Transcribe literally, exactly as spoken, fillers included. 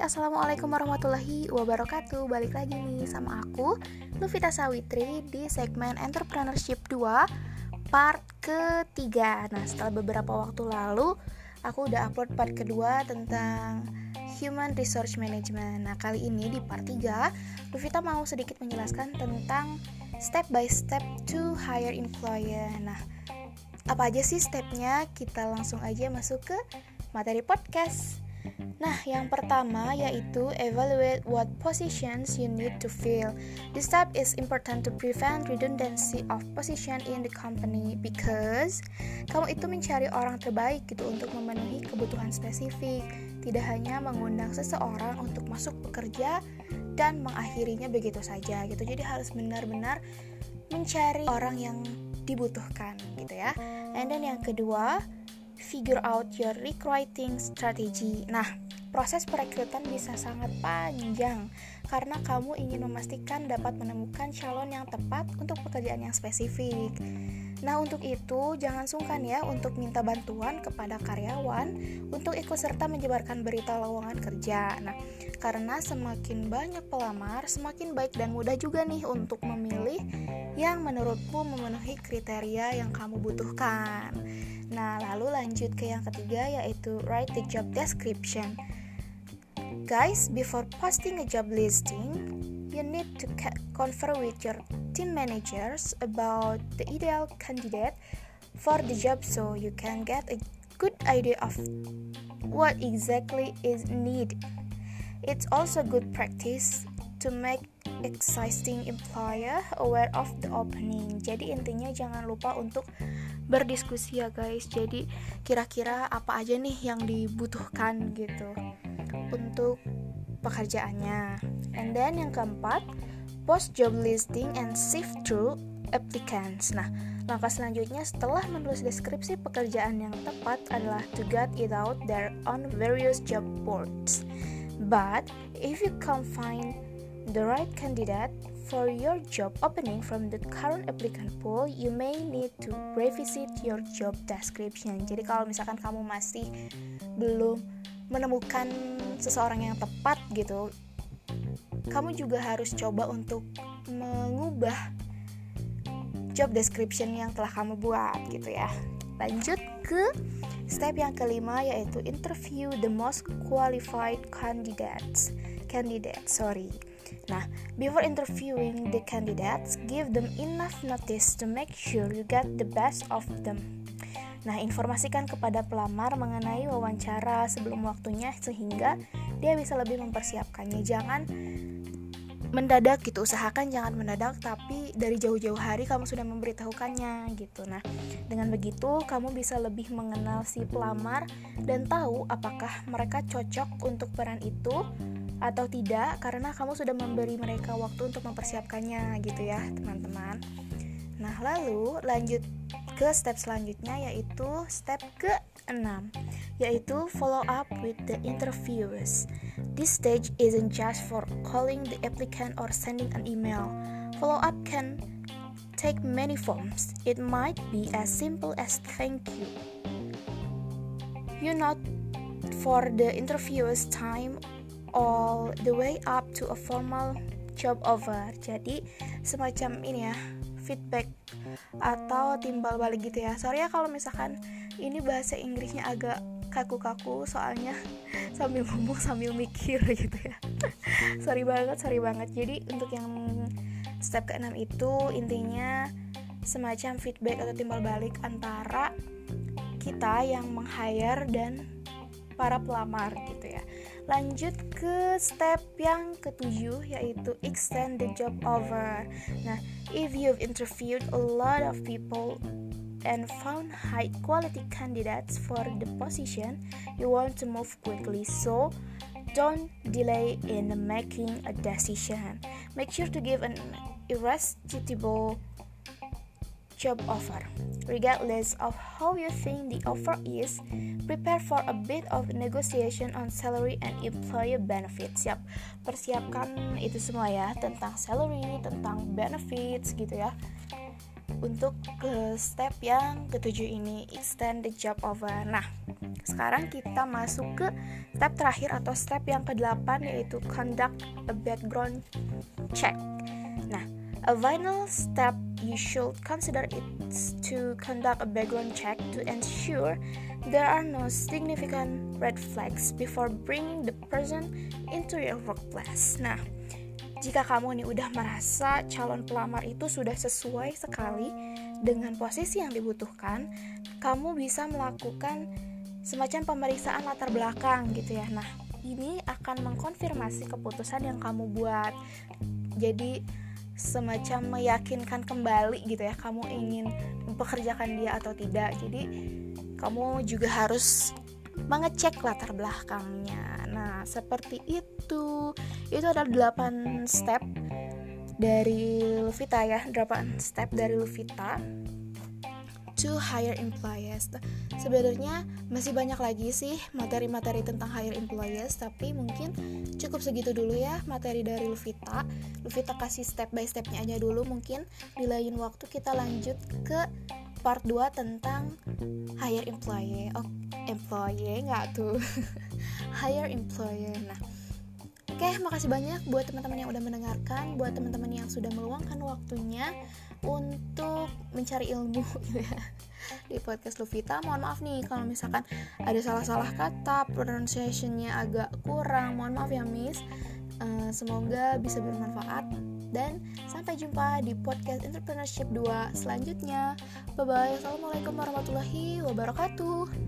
Assalamualaikum warahmatullahi wabarakatuh. Balik lagi nih sama aku, Luvita Sawitri, di segmen Entrepreneurship dua part ketiga. Nah, setelah beberapa waktu lalu aku udah upload part kedua tentang Human Resource Management. Nah, kali ini di part tiga Luvita mau sedikit menjelaskan tentang step by step to hire employer. Nah, apa aja sih stepnya? Kita langsung aja masuk ke materi podcast. Nah, yang pertama yaitu evaluate what positions you need to fill. This step is important to prevent redundancy of position in the company because kamu itu mencari orang terbaik gitu untuk memenuhi kebutuhan spesifik, tidak hanya mengundang seseorang untuk masuk bekerja dan mengakhirinya begitu saja gitu. Jadi harus benar-benar mencari orang yang dibutuhkan gitu ya. And then yang kedua, figure out your recruiting strategy. Nah, proses perekrutan bisa sangat panjang karena kamu ingin memastikan dapat menemukan calon yang tepat untuk pekerjaan yang spesifik. Nah, untuk itu jangan sungkan ya untuk minta bantuan kepada karyawan untuk ikut serta menyebarkan berita lowongan kerja. Nah, karena semakin banyak pelamar, semakin baik dan mudah juga nih untuk memilih yang menurutmu memenuhi kriteria yang kamu butuhkan. Nah, lalu lanjut ke yang ketiga yaitu write the job description. Guys, before posting a job listing, you need to confer with your team managers about the ideal candidate for the job so you can get a good idea of what exactly is needed. It's also good practice to make existing employer aware of the opening. Jadi intinya jangan lupa untuk berdiskusi ya guys. Jadi kira-kira apa aja nih yang dibutuhkan gitu untuk pekerjaannya. And then yang keempat, post job listing and sift through applicants. Nah, langkah selanjutnya setelah menulis deskripsi pekerjaan yang tepat adalah to get it out there on various job boards. But if you can't find the right candidate for your job opening from the current applicant pool, you may need to revisit your job description. Jadi kalau misalkan kamu masih belum menemukan seseorang yang tepat gitu, kamu juga harus coba untuk mengubah job description yang telah kamu buat gitu ya. Lanjut ke step yang kelima yaitu interview the most qualified candidates. Candidate, sorry. Nah, before interviewing the candidates, give them enough notice to make sure you get the best of them. Nah, informasikan kepada pelamar mengenai wawancara sebelum waktunya sehingga dia bisa lebih mempersiapkannya. Jangan mendadak gitu, usahakan jangan mendadak tapi dari jauh-jauh hari kamu sudah memberitahukannya gitu. Nah, dengan begitu kamu bisa lebih mengenal si pelamar dan tahu apakah mereka cocok untuk peran itu atau tidak karena kamu sudah memberi mereka waktu untuk mempersiapkannya gitu ya teman-teman. Nah, lalu lanjut ke step selanjutnya yaitu step keenam yaitu follow up with the interviewers. This stage isn't just for calling the applicant or sending an email. Follow up can take many forms. It might be as simple as thank you, you not for the interviewer's time, all the way up to a formal job offer. Jadi semacam ini ya, feedback atau timbal balik gitu ya. Sorry ya kalau misalkan ini bahasa Inggrisnya agak kaku-kaku soalnya sambil ngomong sambil mikir gitu ya. sorry banget, sorry banget. Jadi untuk yang step keenam itu intinya semacam feedback atau timbal balik antara kita yang meng-hire dan para pelamar gitu ya. Lanjut ke step yang ketujuh yaitu extend the job offer. Nah, if you've interviewed a lot of people and found high quality candidates for the position, you want to move quickly, so don't delay in making a decision. Make sure to give an irresistible job offer. Regardless of how you think the offer is, prepare for a bit of negotiation on salary and employer benefits. Siap, persiapkan itu semua ya, tentang salary, tentang benefits gitu ya. untuk ke step yang ketujuh ini, extend the job offer. Nah, sekarang kita masuk ke step terakhir atau step yang kedelapan, yaitu conduct a background check. Nah, a final step you should consider is to conduct a background check to ensure there are no significant red flags before bringing the person into your workplace. Nah, jika kamu nih udah merasa calon pelamar itu sudah sesuai sekali dengan posisi yang dibutuhkan, kamu bisa melakukan semacam pemeriksaan latar belakang gitu ya. Nah, ini akan mengkonfirmasi keputusan yang kamu buat. Jadi semacam meyakinkan kembali gitu ya, kamu ingin mempekerjakan dia atau tidak. Jadi kamu juga harus mengecek latar belakangnya. Nah, seperti itu. Itu adalah delapan step dari Luvita ya, delapan step dari Luvita to hire employees. Sebenarnya masih banyak lagi sih materi-materi tentang hire employees, tapi mungkin cukup segitu dulu ya materi dari Luvita. Luvita kasih step by stepnya aja dulu, mungkin di lain waktu kita lanjut ke part dua tentang hire employee. Oh, employee nggak tuh? Hire employee. Nah, oke, okay, makasih banyak buat teman-teman yang udah mendengarkan, buat teman-teman yang sudah meluangkan waktunya untuk mencari ilmu gitu ya di podcast Luvita. Mohon maaf nih kalau misalkan ada salah-salah kata, pronunciation-nya agak kurang. Mohon maaf ya, Miss. Uh, semoga bisa bermanfaat dan sampai jumpa di podcast Entrepreneurship dua selanjutnya. Bye bye. Assalamualaikum warahmatullahi wabarakatuh.